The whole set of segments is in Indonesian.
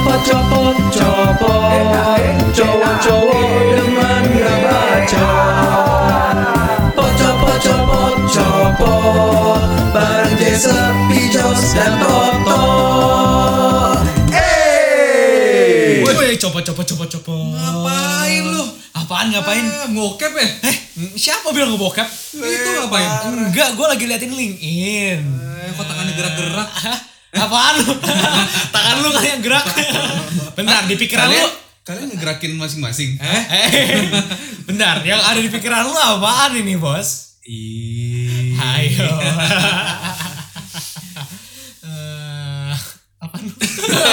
Copot, cowok-cowok demen ngebaca. Pocopot, bareng Jesse, Pijos, dan Toto. Woi, copot. Ngapain lu? Apaan ngapain? Ngokep ya? Siapa bilang ngebokep? Itu ngapain? Enggak, gue lagi liatin LinkedIn. Kok tangannya gerak-gerak? Apaan lu? Tangan lu kan yang gerak. Bentar, di pikiran lu. Kalian ngegerakin masing-masing? Bentar, yang ada di pikiran lu apaan ini, Bos? Ayo. Apaan lu?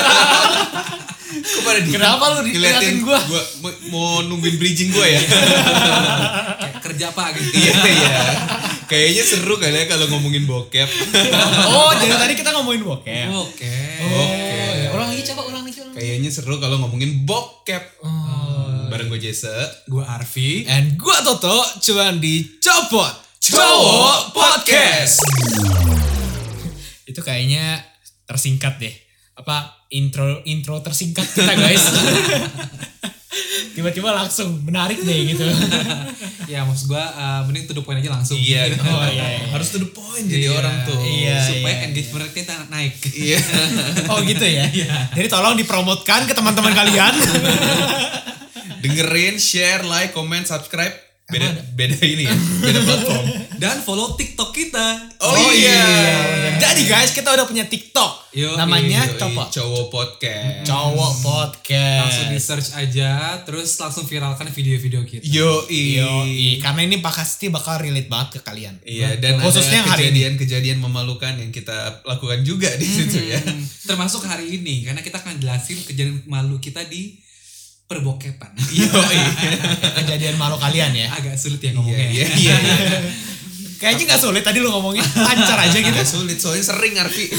Kenapa lu diliatin gua? Gua mau nungguin bridging gua ya. Kayak kerja apa gitu. Iya. Kayaknya seru kali ya kalau ngomongin bokep. Oh, jadi tadi kita ngomongin bokep. Oke. Ulang lagi. Kayaknya seru kalau ngomongin bokep. Bareng gue Jesse, Gue Arfi. And gua Toto, cuman di Copot Cowok Podcast. Itu kayaknya tersingkat deh. Apa intro tersingkat kita, guys. Tiba-tiba langsung menarik deh gitu. Ya maksud gue mending to the point aja langsung. Iya. Oh iya. Harus to the point jadi orang tuh. Iya. Supaya engagement kita naik. Iya. Oh gitu ya. Jadi tolong dipromotkan ke teman-teman kalian. Dengerin, share, like, comment, subscribe. Beda ini ya. Beda platform. Dan follow TikTok kita. Oh iya. Jadi guys, kita udah punya TikTok. Namanya Cowok Podcast. Cowok Podcast. Langsung di search aja, terus langsung viralkan video-video kita. Yoi. Karena ini pasti bakal relate banget ke kalian. Iya, dan khususnya ada hari ini. kejadian memalukan yang kita lakukan juga di situ ya. Termasuk hari ini, karena kita akan jelasin kejadian malu kita di perbokepan. Yoi. Kejadian malu kalian ya. Agak sulit ya ngomongnya. Iya. Kayaknya gak sulit tadi lu ngomongnya. Lancar aja gitu. Gak sulit, soalnya sering Arfi.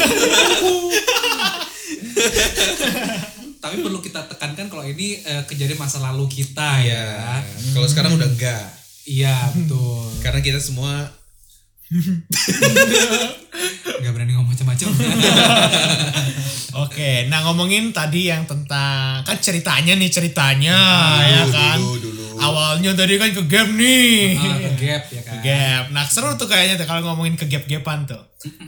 Tapi perlu kita tekankan kalau ini kejadian masa lalu kita ya. Kalau sekarang udah enggak. Iya betul. Karena kita semua Gak berani ngomong macam-macam. Oke, nah ngomongin tadi yang tentang kan ceritanya ya kan. Dulu. Awalnya tadi kan ke gap nih. Ke gap ya kan. Ke gap. Nah seru tuh kayaknya tuh kalau ngomongin ke gap-gapan tuh.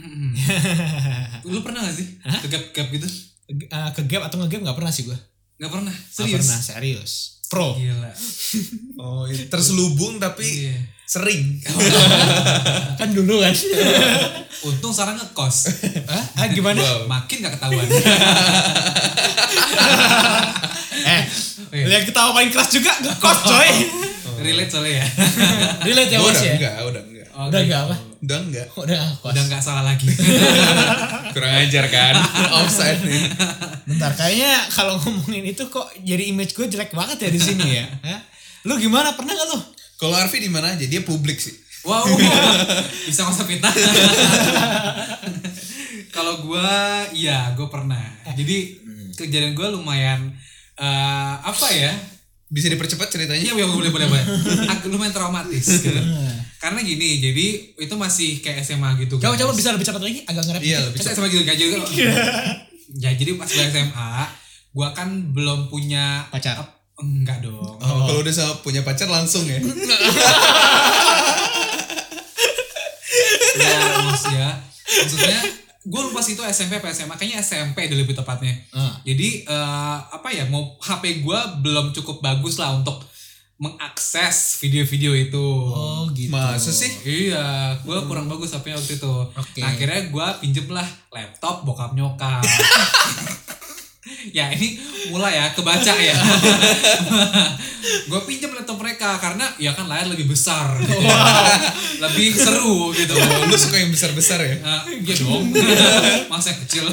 Lu pernah gak sih ke gap gitu? Ke gap atau nge-gap gak pernah sih gue. Gak pernah. Gak Serius? pernah, serius. Pro. Gila. Oh, terselubung tapi sering. Kan dulu kan. Untung sekarang ngekos. Gimana? Wow. Makin gak ketahuan. Yang ketawa paling keras juga ngekos coy. Relate soalnya ya. Relate ya bos ya? Udah enggak. Udah enggak apa? Udah enggak. Udah gak salah lagi. Kurang ajar kan. Offside nih. Bentar, kayaknya kalau ngomongin itu kok jadi image gue jelek banget ya di sini ya. Hah? Lu gimana? Pernah gak lu? Kalau Arfi di mana aja? Dia publik sih. Wow. Bisa masuk fitnah. Kalau gue, iya gue pernah. Jadi kejadian gue lumayan apa ya? Bisa dipercepat ceritanya? Iya boleh. Lumayan traumatis gitu. Karena gini, jadi itu masih kayak SMA gitu. Coba bisa lebih cepat lagi? Agak ngerep. Iya lebih cepat. SMA gitu aja. Ya jadi pas gue SMA, gue kan belum punya Pacar? Enggak dong. Kalau udah sama punya pacar langsung ya? Ya maksudnya gue lupa sih itu SMP apa SMA, kayaknya SMP dulu lebih tepatnya. Jadi mau HP gue belum cukup bagus lah untuk mengakses video-video itu. Oh gitu. Masa sih? Iya, gue kurang bagus HP-nya waktu itu. Okay. Nah akhirnya gue pinjem lah laptop bokap nyokap. Ya ini mulai ya kebaca ya. Gue pinjam laptop mereka karena ya kan layar lebih besar gitu. Lebih seru gitu. Lu suka yang besar-besar ya? Iya dong. Masa yang kecil.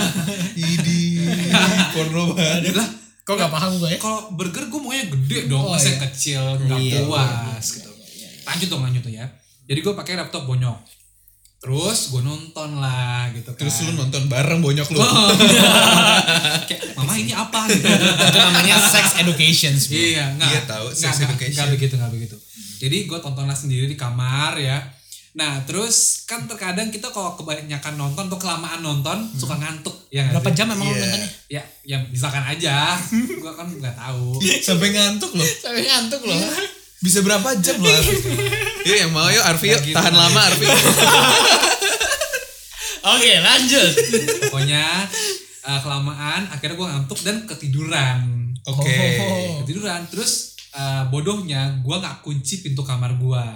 Porno banget. Lah, kok gak paham gue ya? kalau burger gue maunya gede dong, masa yang kecil gak puas gitu. Lanjut tuh ya. Jadi gue pakai laptop bonyok. Terus gue nonton lah gitu kan. Terus lu nonton bareng bonyok lu. Kayak mama ini apa gitu. Itu namanya sex education. Iya, Iya tahu sex education. Enggak begitu. Jadi gue tontonlah sendiri di kamar ya. Nah terus kan terkadang kita kalau kebanyakan nonton atau kelamaan nonton suka ngantuk ya nggak Berapa sih? jam emang lu Iya. nontonnya? Ya misalkan aja, gua kan nggak tahu. Sampai ngantuk loh. Sampai ngantuk loh. Bisa berapa jam loh Arfi? Yuk yang mau yuk Arfi yuk. Gitu. Tahan lama Arfi. Oke, lanjut. Pokoknya kelamaan akhirnya gua ngantuk dan ketiduran. Oke. Oh. Ketiduran terus bodohnya gua nggak kunci pintu kamar gua.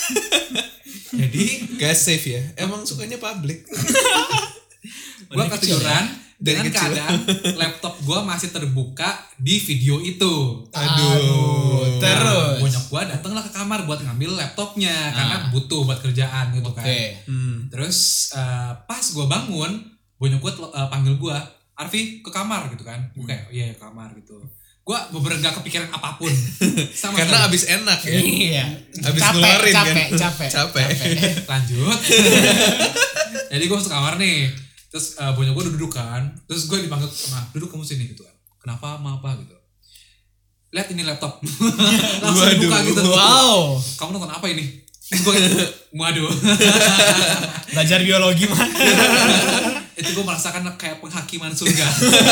Jadi Gak safe ya. Emang sukanya public. gua Dari kecil ketiduran Dari dengan kecil. keadaan laptop gua masih terbuka di video itu. Aduh. Terus. Bonyok gua datanglah ke kamar buat ngambil laptopnya karena butuh buat kerjaan gitu kan. Oke. Terus pas gua bangun, bonyok gua panggil gua, "Arfi, ke kamar," gitu kan. Gua kayak, "Iya, ke kamar," gitu. Gua bener-bener gak kepikiran apapun. Sama Karena sekali. abis enak ya. Iya. Abis ngeluarin kan. Capek. Lanjut. Jadi gue masuk kamar nih. Terus bonyok gue duduk kan. Terus gue dipanggil, "Nah, duduk kamu sini," gitu kan. "Kenapa, ma, apa?" gitu. "Lihat ini laptop." Langsung Waduh. dibuka gitu. Wow. "Kamu nonton apa ini?" Terus gue waduh. Belajar biologi mah. Itu gue merasakan kayak penghakiman surga.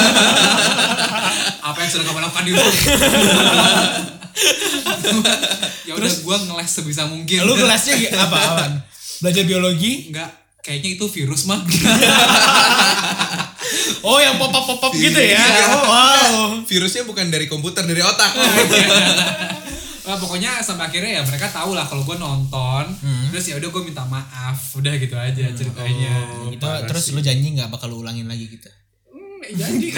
Apa yang sudah kamu lakukan di rumah? Ya udah gue ngeles sebisa mungkin. Lu kelasnya apa? Belajar biologi? Enggak, kayaknya itu virus mah. Oh, yang pop-up gitu ya. Iya. Oh, wow. Virusnya bukan dari komputer, dari otak. Nah, pokoknya sampai akhirnya ya mereka tahu lah kalau gue nonton. Terus ya udah gue minta maaf, udah gitu aja ceritanya. Oh, Gitu, parah terus sih. lu janji nggak bakal lu ulangin lagi gitu? Jadi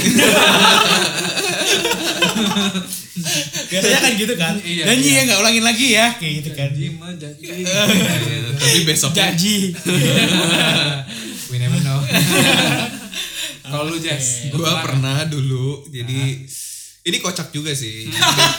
Biasanya kan gitu kan. Iya, Janji iya. ya nggak ulangin lagi ya, kayak gitu kan. janji. Tapi besoknya Janji. We never know. Kalau lu Jess, gue pernah dulu. Jadi ini kocak juga sih.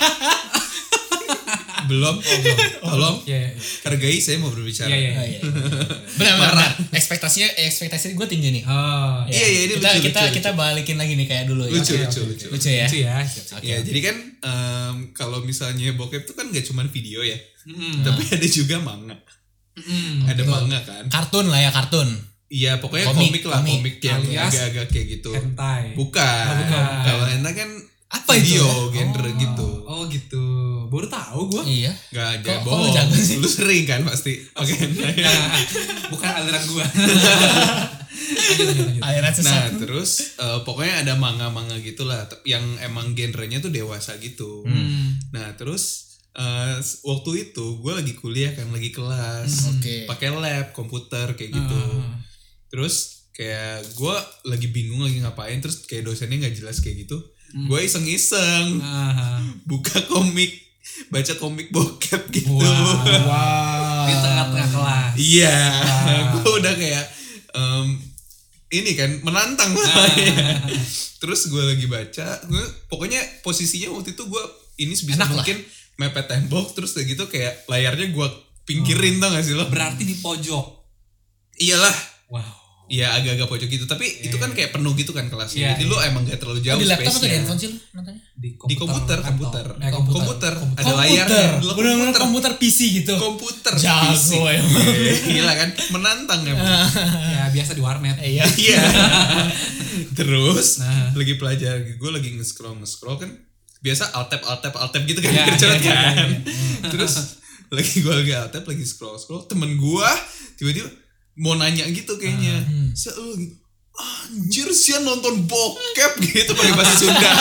Belum. Tolong Iya. hargai saya mau berbicara. Iya. Oh, iya. Benar. Ekspektasi gue tinggi nih. Oh, Iya, iya, ini lucu, kita balikin lagi nih kayak dulu ya. Lucu. Lucu ya. Lucu ya. Siap-siap. Ya, jadi kan kalau misalnya bokep itu kan gak cuma video ya. Mm. Tapi ada juga manga. Ada manga kan. Kartun lah ya, kartun. Iya, pokoknya Komik, komik yang alias agak-agak kayak gitu. Hentai. Bukan. bukan. Kalau hentai kan Apa itu video, ya? genre gitu. Oh gitu. Baru tahu gue. Iya. Gak Kok aja lu bohong. jago sih? Lu sering kan pasti. Oke. Bukan aliran gue. Lanjut. Aliran Nah, sesat. terus pokoknya ada manga-manga gitulah yang emang genrenya tuh dewasa gitu. Nah, terus waktu itu gue lagi kuliah kan, lagi kelas. Oke. Pakai lab, komputer kayak gitu. Terus kayak gue lagi bingung lagi ngapain, terus kayak dosennya nggak jelas kayak gitu. Gue iseng-iseng buka komik, baca komik bokep gitu. Wow. Di tengah-tengah kelas. Iya, gue udah kayak ini kan menantang lah. Terus gue lagi baca, pokoknya posisinya waktu itu gue ini sebisa Enak lah. mungkin mepet tembok, terus kayak gitu kayak layarnya gue pinggirin tau gak sih lo? Berarti di pojok. Iyalah, Wow. ya agak-agak pojok gitu, tapi itu kan kayak penuh gitu kan kelasnya, Iya, jadi lo emang gak terlalu jauh Di laptop atau di space-nya. handphone sih lu nontonnya? Di komputer. Komputer. Ada layarnya. Dulu Bener-bener komputer PC gitu. komputer Jago fisik. emang. Gila kan, menantang emang. Ya biasa di warnet. Iya. Iya. Terus Nah. lagi pelajar, gue lagi nge-scroll kan. Biasa alt tab gitu kan. Iya, Kerjaan iya, iya, kan. Terus lagi gue lagi alt tab, lagi scroll. Temen gue tiba-tiba mau nanya gitu kayaknya. Lagi, anjir sih nonton bokep gitu pakai bahasa Sunda.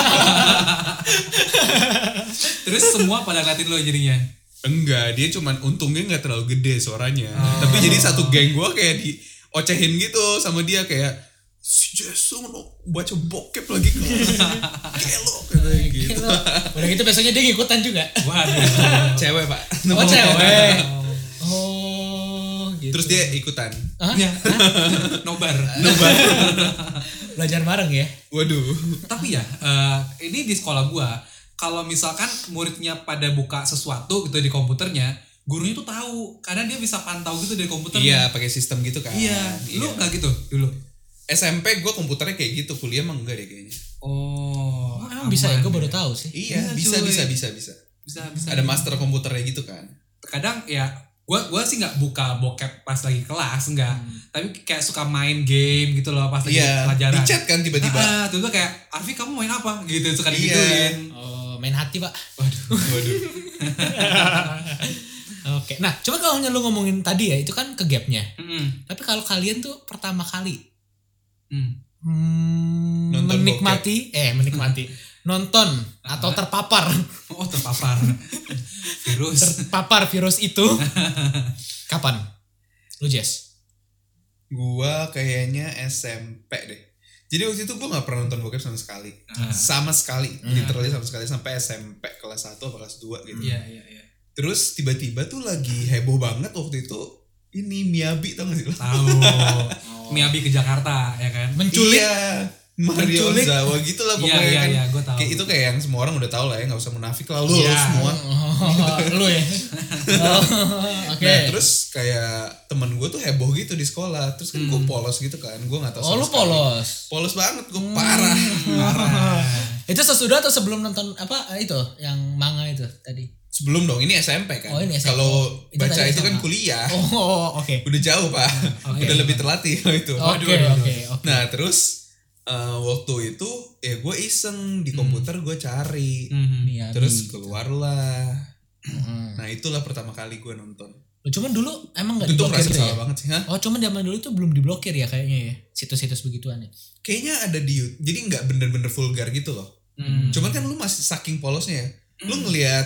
Terus semua pada ngeliatin lo jadinya. Enggak, dia cuman untungnya nggak terlalu gede suaranya. Tapi jadi satu geng gue kayak diocehin gitu sama dia kayak si Jason baca bokep lagi kelo katanya gitu. Udah gitu besoknya dia ngikutan juga. Waduh. Cewek pak. Oh, cewek. Oh, gitu. Terus dia ikutan. Hah? Ya. Nobar. Belajar bareng ya. Waduh. Tapi ya, ini di sekolah gua, kalau misalkan muridnya pada buka sesuatu gitu di komputernya, gurunya tuh tahu karena dia bisa pantau gitu dari komputernya. Iya pakai sistem gitu kan. Iya. Lu nggak gitu dulu? SMP gue komputernya kayak gitu, kuliah emang enggak deh kayaknya. Oh, Emang bisa ya, gue baru tahu sih. Iya, Iya, bisa cuy. bisa. Bisa. Ada master komputernya gitu kan. Kadang ya Gua sih nggak buka bokep pas lagi kelas, enggak. Tapi kayak suka main game gitu loh pas lagi pelajaran. Di chat kan tiba-tiba. Tiba-tiba kayak, Arfi kamu main apa? Gitu, suka Iya. digituin. Oh, main hati Pak. Waduh. Oke. Nah, coba kalau lu ngomongin tadi ya, itu kan ke gapnya. Mm-mm. Tapi kalau kalian tuh pertama kali Nonton menikmati nonton atau terpapar Oh, terpapar virus itu kapan? Lu Jess? Gua kayaknya SMP deh. Jadi waktu itu gue gak pernah nonton bokep sama sekali. Sama sekali. Literally sama sekali. Sampai SMP kelas 1 atau kelas 2 gitu. Iya. Terus tiba-tiba tuh lagi heboh banget waktu itu. Ini Miyabi tau gak sih lo? Tahu. Miyabi ke Jakarta ya kan? Menculik. Iya. Mario Menculik. Ozawa gitu lah pokoknya kan. Iya, gue tahu. Kayak itu kayak yang semua orang udah tahu lah ya. Gak usah munafik lah lu Iya. semua. Lu ya. Oke. Nah terus kayak temen gue tuh heboh gitu di sekolah. Terus kan gue polos gitu kan. Gue gak tahu Oh, sama lu sekali. polos. Polos banget gue parah. Itu sesudah atau sebelum nonton apa itu yang manga itu tadi? Sebelum dong, ini SMP kan. Oh, ini SMP. Kalau Itu baca tadi itu kan SMA. kuliah. Oh, oke. Udah jauh pak. Udah lebih terlatih kalau itu. Oke. Nah terus waktu itu ya gue iseng di komputer gue cari. Miyabi. Terus keluarlah. Hmm. Nah itulah pertama kali gue nonton. Cuman dulu emang nggak Itu tuh diblokir merasa gitu ya? salah banget sih. Hah? Oh, cuman zaman dulu tuh belum diblokir ya kayaknya ya, situs-situs begituan ya. Kayaknya ada di YouTube. Jadi nggak bener-bener vulgar gitu loh. Cuman kan lu masih saking polosnya ya. Lu ngelihat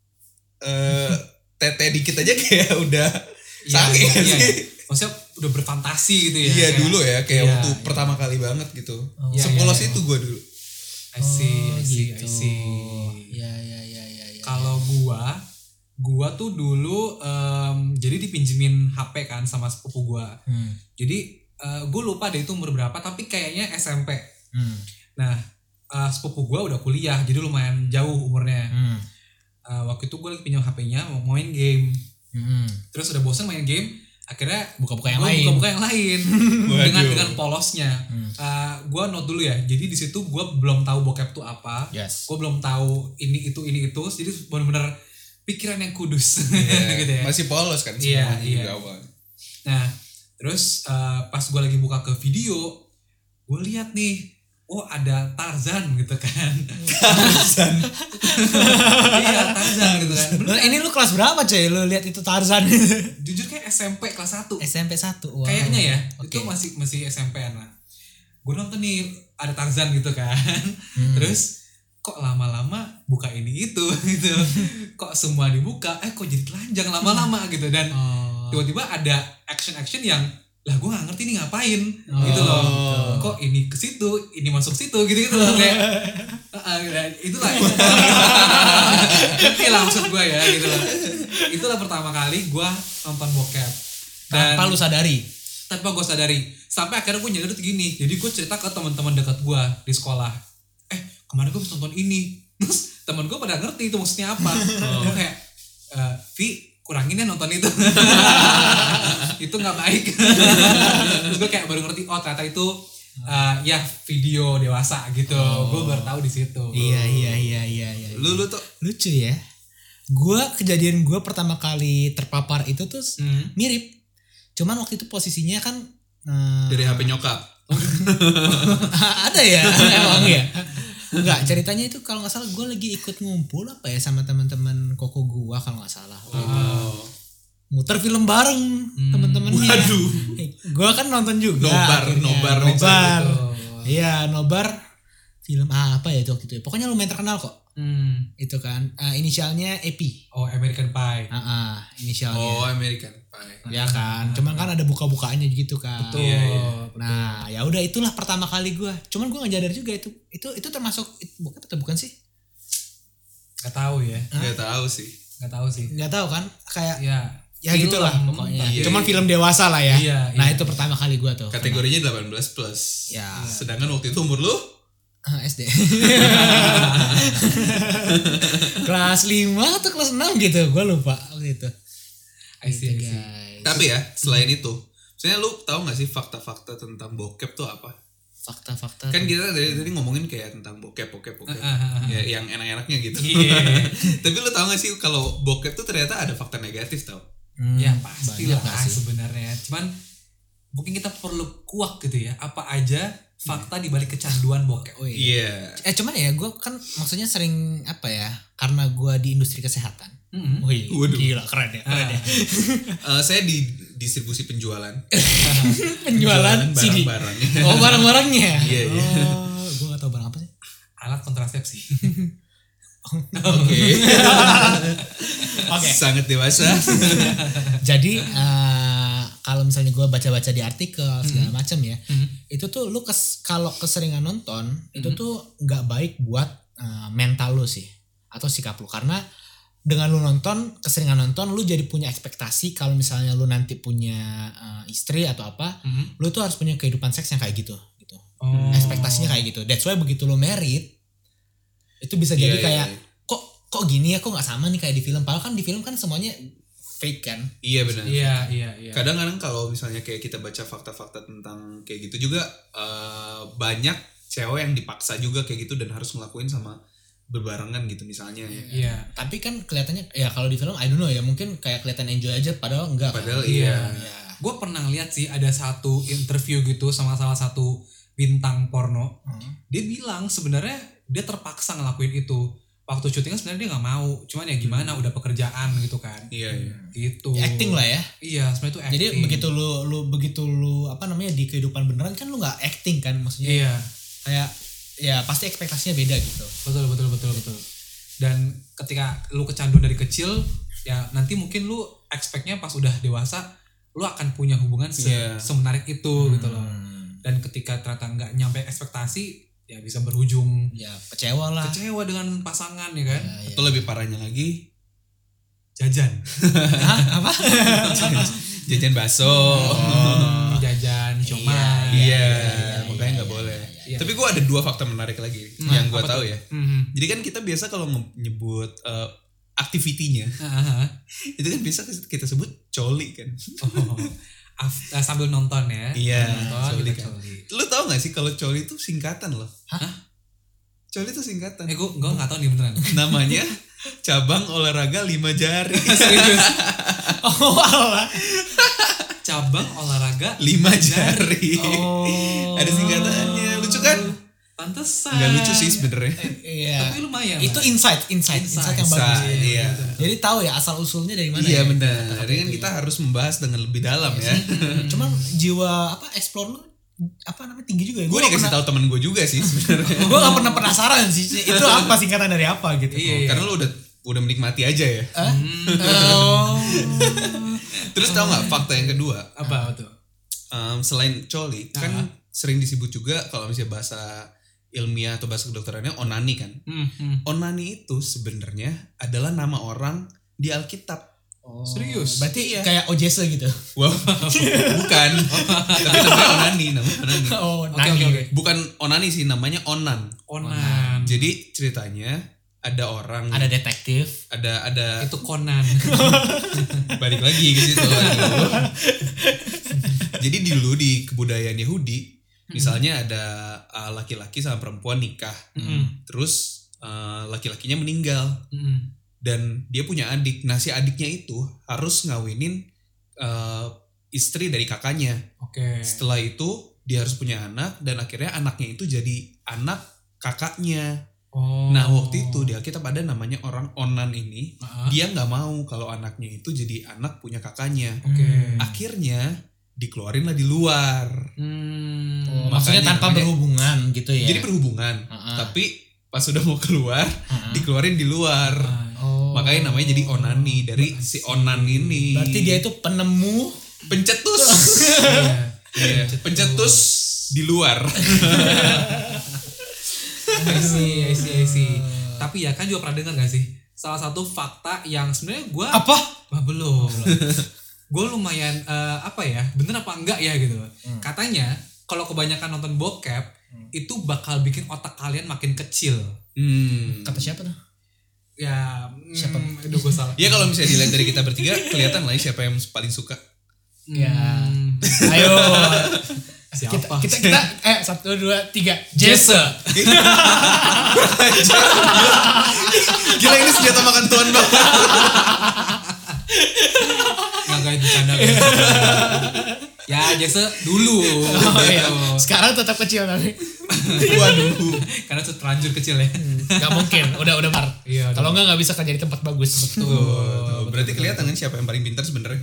tete dikit aja kayak udah sange Iya. sih. Maksudnya udah berfantasi gitu ya. Iya kayak- dulu ya kayak Iya, waktu iya. pertama kali banget gitu. Iya, Sepolos iya. itu gue dulu. I see. Ya. Kalau gua tuh dulu jadi dipinjemin HP kan sama sepupu gua. Jadi gue lupa deh itu umur berapa tapi kayaknya SMP. Nah, sepupu gua udah kuliah jadi lumayan jauh umurnya. Waktu itu gue lagi pinjam HP-nya mau main game. Terus udah bosan main game, akhirnya Buka-buka yang gua lain. buka-buka yang lain dengan polosnya. Gue note dulu ya. Jadi di situ gue belum tahu bokep tuh apa. Yes. Gue belum tahu ini itu. Jadi benar-benar pikiran yang kudus gitu ya. Masih polos kan Iya, semuanya iya. juga awal. Nah, terus pas gue lagi buka ke video, gue lihat nih, oh ada Tarzan gitu kan. Iya, Tarzan gitu kan. Nah, ini lu kelas berapa coy? Lu lihat itu Tarzan. Jujur kayak SMP kelas 1. SMP 1. Wow. Kayaknya ya, Oke. itu masih SMP-an lah. Gue nonton nih ada Tarzan gitu kan. Terus kok lama-lama buka ini itu gitu. Kok semua dibuka, kok jadi telanjang lama-lama gitu. Dan tiba-tiba ada action yang lah gue gak ngerti nih ngapain gitu loh. Kok ini ke situ, ini masuk situ gitu loh kayak itulah. Itulah maksud gue ya gitu loh. Itulah pertama kali gue nonton bokep. Tanpa lu sadari. Tanpa gue sadari. Sampai akhirnya gue nyadar tuh gini. Jadi gue cerita ke teman-teman dekat gue di sekolah. Kemarin gue nonton ini. Terus teman gue pada ngerti itu maksudnya apa. Gue kayak, Vi kurangin ya nonton itu. Itu gak baik. Terus gue kayak baru ngerti, oh ternyata itu ya video dewasa gitu. Gue baru tahu di situ. Iya. Lu tuh Lucu ya. Kejadian gue pertama kali terpapar itu tuh mirip. Cuman waktu itu posisinya kan dari HP nyokap. ada ya emang ya. Enggak, ceritanya itu kalau nggak salah gue lagi ikut ngumpul apa ya sama teman-teman koko gue kalau nggak salah. Muter film bareng teman-temannya. Waduh. Gue kan nonton juga. Nobar. Iya, nobar film apa ya itu waktu itu. Pokoknya lumayan terkenal kok. Itu kan inisialnya Epi. Oh, American Pie. Inisialnya. Oh, American Pie. Ya kan, cuman kan ada buka-bukaannya gitu kan. Betul. Iya. Nah, ya udah itulah pertama kali gue. Cuman gue nggak sadar juga itu termasuk bokep atau bukan sih? Gak tahu ya. Gak tahu sih. Gak tahu sih. Nggak tahu kan? Kayak ya Film, gitulah pokoknya. iya, Cuman iya. film dewasa lah ya. Iya, Nah iya. itu pertama kali gue tuh. Kategorinya 18+. Ya. Sedangkan waktu itu umur lu SD. Kelas 5 atau kelas 6 gitu. Gue lupa waktu itu. I see. Guys. tapi ya selain itu, misalnya lu tahu nggak sih fakta-fakta tentang bokep tuh apa? Fakta-fakta. Kan kita dari tadi ngomongin kayak tentang bokep. Ya, yang enak-enaknya gitu. Iya. Tapi lu tahu nggak sih kalau bokep tuh ternyata ada fakta negatif tau? Ya pasti banyak lah gak sih? sebenarnya. Cuman mungkin kita perlu kuak gitu ya. Apa aja fakta dibalik kecanduan bokep. Oh iya. Cuman ya gue kan maksudnya sering apa ya, karena gue di industri kesehatan. Wih, Waduh. gila keren ya. Saya di distribusi penjualan. Penjualan CD. barang-barangnya. Oh barang-barangnya. Iya, iya. Oh, gue gak tau barang apa sih. Alat kontrasepsi. Oke. Oke. Sangat dewasa. Jadi kalau misalnya gue baca-baca di artikel segala macam ya, itu tuh lu kalau keseringan nonton itu tuh nggak baik buat mental lu sih atau sikap lu, karena dengan lu nonton keseringan nonton lu jadi punya ekspektasi kalau misalnya lu nanti punya istri atau apa, lu tuh harus punya kehidupan seks yang kayak gitu. Ekspektasinya kayak gitu. That's why begitu lu married itu bisa jadi kayak kok gini ya, kok nggak sama nih kayak di film. Padahal kan di film kan semuanya fake kan. Iya benar. Iya. Kadang-kadang kalau misalnya kayak kita baca fakta-fakta tentang kayak gitu juga banyak cewek yang dipaksa juga kayak gitu dan harus ngelakuin sama berbarengan gitu misalnya ya. Iya. Tapi kan kelihatannya ya kalau di film I don't know ya, mungkin kayak kelihatan enjoy aja padahal enggak. Padahal kan? iya. Gue pernah lihat sih ada satu interview gitu sama salah satu bintang porno. Dia bilang sebenarnya dia terpaksa ngelakuin itu. Waktu syutingnya sebenarnya dia nggak mau, cuman ya gimana udah pekerjaan gitu kan. Iya. Gitu. Ya, acting lah ya. Iya, sebenarnya itu acting. Jadi begitu lu apa namanya di kehidupan beneran kan lu nggak acting kan, maksudnya. Iya. Kayak ya pasti ekspektasinya beda gitu. Betul. Dan ketika lu kecanduan dari kecil, ya nanti mungkin lu expect-nya pas udah dewasa lu akan punya hubungan semenarik itu gitu loh. Dan ketika ternyata nggak nyampe ekspektasi, ya bisa berujung Ya kecewa lah. kecewa dengan pasangan ya kan. Atau lebih parahnya lagi Jajan. Hah? Apa? jajan bakso. Jajan cuma. Iya, makanya nggak boleh. Iya. Tapi gue ada 2 fakta menarik lagi yang gue tahu ya. Mhm. Jadi kan kita biasa kalau nyebut aktivitinya itu kan biasa kita sebut coli kan. Oh. Sambil nonton ya. Iya, Nonton, coli kita kan. coli. Lu tahu gak sih kalau coli itu singkatan loh? Hah? Coli itu singkatan. Gue nggak tahu nih beneran. Namanya cabang olahraga 5 jari. Serius. Oh alah. Cabang olahraga 5 jari. Oh. Ada singkatannya. Lucu kan? Pantesan. Nggak lucu sih sebenarnya. Iya. Tapi lumayan. Itu lah. insight yang bagus. Insight, iya. Jadi tahu ya asal usulnya dari mana Iya ya. benar. Jadi kan kita harus membahas dengan lebih dalam ya. Cuman jiwa apa explore lu apa namanya tinggi juga ya. Gue dikasih tahu temen gue juga sih sebenarnya. Gue gak pernah penasaran sih itu apa singkatan dari apa gitu. Iya. Karena lu udah menikmati aja ya. Oh. Terus tahu nggak fakta yang kedua? Apa tuh? Selain coli kan sering disebut juga kalau misalnya bahasa ilmiah atau bahasa kedokterannya onani kan. Onani itu sebenarnya adalah nama orang di Alkitab. Serius? Berarti kayak OJS gitu. Wow, bukan. Tapi namanya onani, Oh, Oke. Bukan onani sih, namanya onan. Onan. Jadi ceritanya ada orang, Ada detektif. ada Itu Conan. balik lagi ke situ. Jadi dulu di kebudayaan Yahudi, misalnya ada laki-laki sama perempuan nikah, terus laki-lakinya meninggal dan dia punya adik. Nah si adiknya itu harus ngawinin istri dari kakaknya. Oke. Setelah itu dia harus punya anak dan akhirnya anaknya itu jadi anak kakaknya. Oh. Nah waktu itu di Alkitab ada namanya orang onan ini. Dia nggak mau kalau anaknya itu jadi anak punya kakaknya. Oke. Akhirnya dikeluarin lah di luar. Maksudnya Makanya tanpa namanya- berhubungan gitu ya. Jadi berhubungan, tapi pas sudah mau keluar dikeluarin di luar. Makanya namanya jadi onani dari si onan ini. Berarti dia itu penemu pencetus. Iya, pencetus di luar. I see. Tapi ya kan juga pernah dengar gak sih? Salah satu fakta yang sebenarnya gue apa? belum. Gue lumayan bener apa enggak ya gitu. Katanya kalau kebanyakan nonton bokep itu bakal bikin otak kalian makin kecil. Kata siapa tuh? Ya Siapa? Aduh gue salah. Ya kalau misalnya dilihat dari kita bertiga kelihatan lah ya siapa yang paling suka. Ya. Ayo. Siapa? Kita 1, 2, 3 Jesse. Gila ini senjata makan tuan banget. Nggak Ya Jesse dulu. Oh, iya. gitu. Sekarang tetap kecil tapi. Waduh. Karena sudah terlanjur kecil ya. Gak mungkin, udah bar. Iya, Kalau nggak bisa kerja di tempat bagus. Tuh, berarti kelihatan kan siapa yang paling pintar sebenarnya?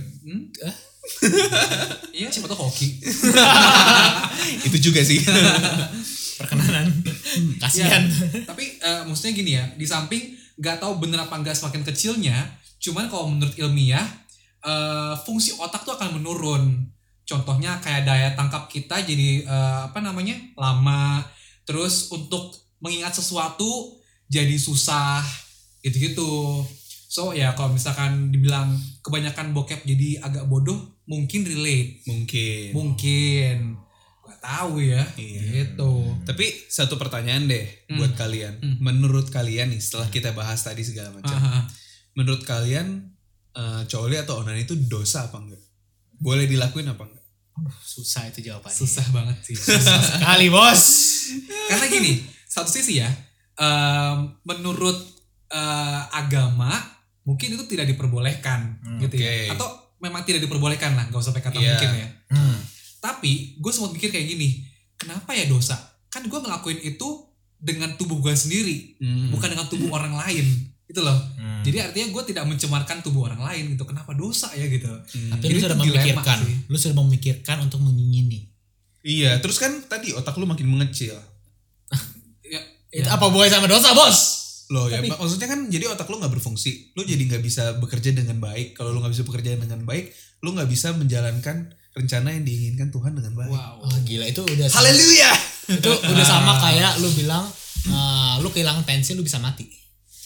Iya siapa tuh hoki. Itu juga sih. Perkenanan. Kasihan. Ya, tapi maksudnya gini ya, di samping nggak tahu bener apa enggak semakin kecilnya, cuman kalau menurut ilmiah fungsi otak tuh akan menurun. Contohnya kayak daya tangkap kita jadi lama, terus untuk mengingat sesuatu jadi susah gitu-gitu. So ya kalau misalkan dibilang kebanyakan bokep jadi agak bodoh, mungkin relate. Mungkin. Gak tahu ya. Iya. Gitu. Tapi satu pertanyaan deh buat kalian. Menurut kalian nih setelah kita bahas tadi segala macam. Menurut kalian coli atau onan itu dosa apa enggak? Boleh dilakuin apa enggak? Susah itu jawabannya. Susah banget sih. Susah sekali bos. Karena gini, satu sisi ya, menurut agama mungkin itu tidak diperbolehkan gitu ya. Atau memang tidak diperbolehkan lah, gak usah pakai kata mungkin ya. Tapi gue sempat mikir kayak gini, kenapa ya dosa? Kan gue ngelakuin itu dengan tubuh gue sendiri, bukan dengan tubuh orang lain. Gitu loh. Jadi artinya gue tidak mencemarkan tubuh orang lain gitu. Kenapa dosa ya gitu. Tapi lu sudah memikirkan. Lu sudah memikirkan untuk menyinyini. Iya, terus kan tadi otak lu makin mengecil. Itu apa hubungannya sama dosa bos? Loh ya maksudnya kan jadi otak lu gak berfungsi. Lu jadi gak bisa bekerja dengan baik. Kalau lu gak bisa bekerja dengan baik, lu gak bisa menjalankan rencana yang diinginkan Tuhan dengan baik. Wow. Oh, gila itu udah sama. Haleluya. Itu udah sama kayak lu bilang lu kehilangan pensil lu bisa mati.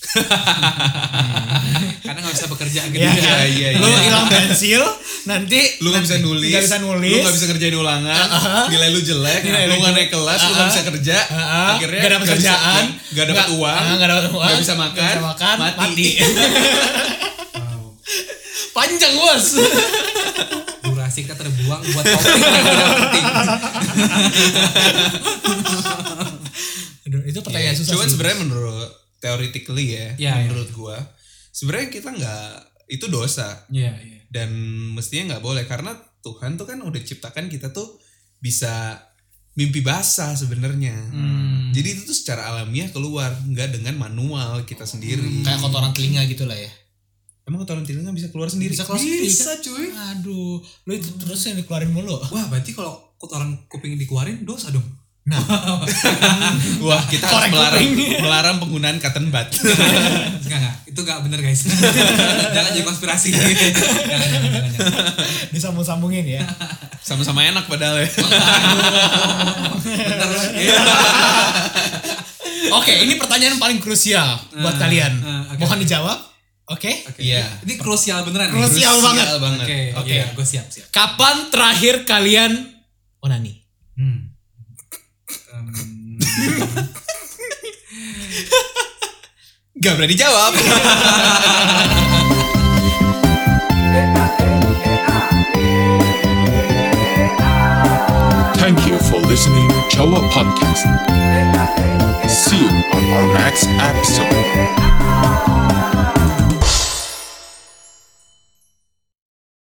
Karena gak bisa bekerja gitu Iya. Lu hilang pensil, nanti lu gak bisa nulis, lu gak bisa kerjain ulangan, nilai lu jelek, lu gak naik kelas, lu gak bisa kerja, akhirnya gak dapet kerjaan, gak dapet uang, gak bisa makan, mati. Panjang bos. Durasi kita terbuang buat topik yang tidak penting. Aduh, itu pertanyaan susah. Cuman sih. sebenarnya menurut theoretically menurut gua sebenarnya kita nggak itu dosa. Dan mestinya nggak boleh karena Tuhan tuh kan udah ciptakan kita tuh bisa mimpi basah sebenarnya. Jadi itu tuh secara alamiah keluar, nggak dengan manual kita sendiri. Kayak kotoran telinga gitu lah ya. Emang kotoran telinga bisa keluar sendiri? Bisa cuy. Aduh, lu itu terus yang dikeluarin mulu. Wah berarti kalau kotoran kuping dikeluarin dosa dong. Nah, wah kita harus melarang penggunaan cotton bud. Enggak, itu enggak bener guys. Jangan jadi konspirasi. Jangan. Disambung-sambungin ya. Sama-sama enak padahal ya. Bentar. Oke, ini pertanyaan paling krusial buat kalian. Mohon dijawab. Oke? Iya. Ini krusial beneran. Krusial banget. Oke, gue siap. Kapan terakhir kalian onani? Gak berani jawab. Thank you for listening Jawa Podcast. See you on our next episode.